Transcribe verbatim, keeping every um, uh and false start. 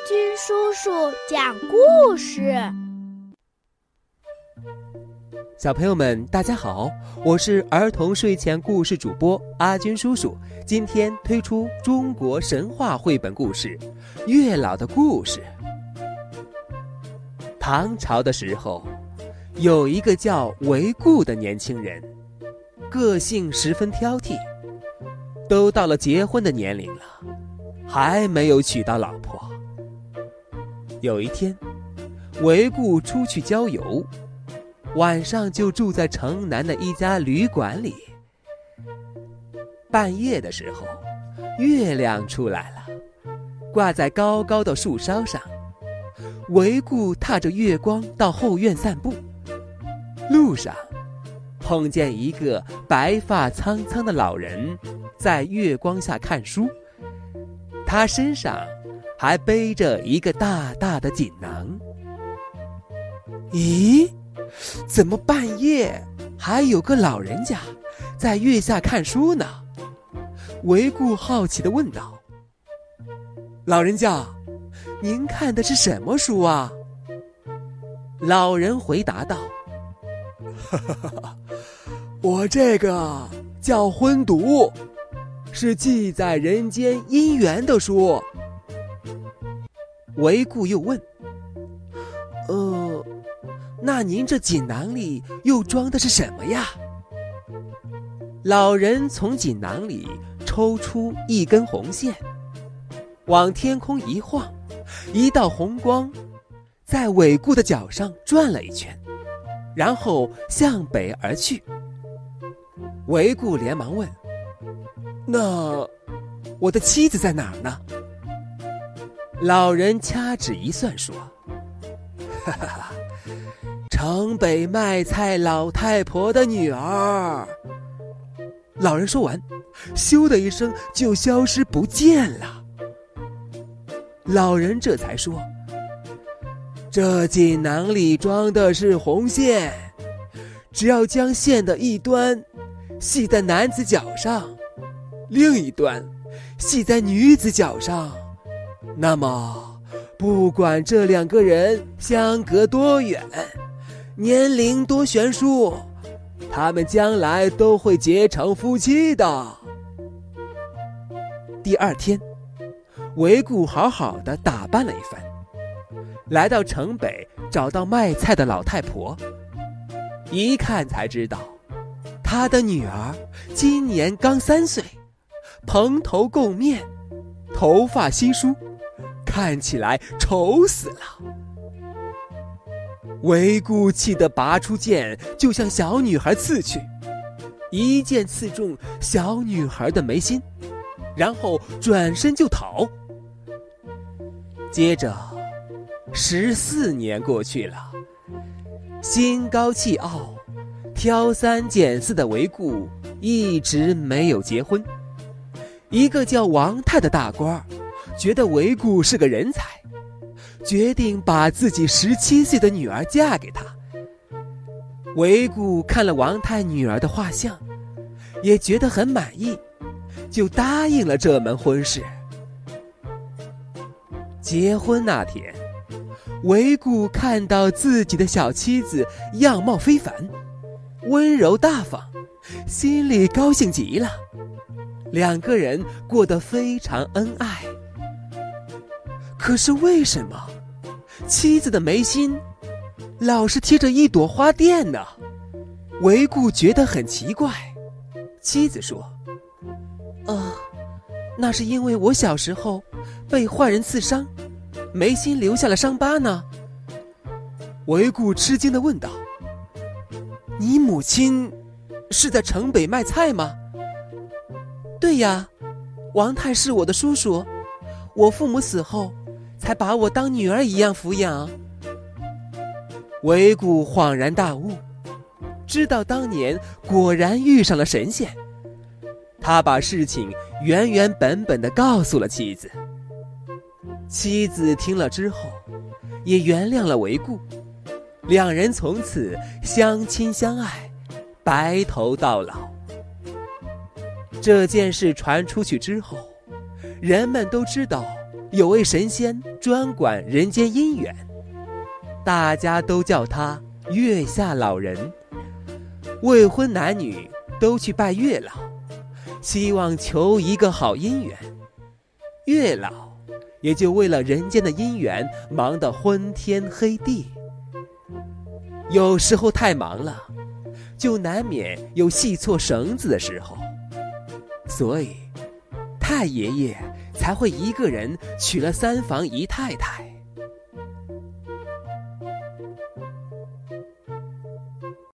军叔叔讲故事。 小朋友们大家好，我是儿童睡前故事主播阿军叔叔。今天推出中国神话绘本故事《月老的故事》。唐朝的时候，有一个叫韦固的年轻人，个性十分挑剔，都到了结婚的年龄了，还没有娶到老婆。有一天，韦固出去郊游，晚上就住在城南的一家旅馆里。半夜的时候，月亮出来了，挂在高高的树梢上。韦固踏着月光到后院散步，路上碰见一个白发苍苍的老人在月光下看书，他身上还背着一个大大的锦囊。咦，怎么半夜还有个老人家在月下看书呢？韦固好奇地问道。老人家，您看的是什么书啊？老人回答道，哈哈哈，我这个叫婚读，是记载人间姻缘的书。韦固又问，呃那您这锦囊里又装的是什么呀？老人从锦囊里抽出一根红线，往天空一晃，一道红光在韦固的脚上转了一圈，然后向北而去。韦固连忙问，那我的妻子在哪儿呢？老人掐指一算说，哈哈哈，城北卖菜老太婆的女儿。老人说完，咻的一声就消失不见了。老人这才说，这锦囊里装的是红线，只要将线的一端系在男子脚上，另一端系在女子脚上，那么不管这两个人相隔多远，年龄多悬殊，他们将来都会结成夫妻的。第二天，韦固好好的打扮了一番，来到城北，找到卖菜的老太婆，一看才知道，他的女儿今年刚三岁，蓬头垢面，头发稀疏，看起来丑死了。韦固气得拔出剑就向小女孩刺去，一剑刺中小女孩的眉心，然后转身就逃。接着十四年过去了，心高气傲、挑三拣四的韦固一直没有结婚。一个叫王泰的大官觉得韦固是个人才，决定把自己十七岁的女儿嫁给他。韦固看了王太女儿的画像，也觉得很满意，就答应了这门婚事。结婚那天，韦固看到自己的小妻子样貌非凡，温柔大方，心里高兴极了，两个人过得非常恩爱。可是为什么妻子的眉心老是贴着一朵花钿呢？韦固觉得很奇怪。妻子说，呃，那是因为我小时候被坏人刺伤，眉心留下了伤疤呢。韦固吃惊地问道，你母亲是在城北卖菜吗？对呀，王泰是我的叔叔，我父母死后才把我当女儿一样抚养。韦固恍然大悟，知道当年果然遇上了神仙。他把事情原原本本地告诉了妻子。妻子听了之后，也原谅了韦固，两人从此相亲相爱，白头到老。这件事传出去之后，人们都知道有位神仙专管人间姻缘，大家都叫他月下老人。未婚男女都去拜月老，希望求一个好姻缘。月老也就为了人间的姻缘忙得昏天黑地。有时候太忙了，就难免有系错绳子的时候，所以太爷爷才会一个人娶了三房姨太太。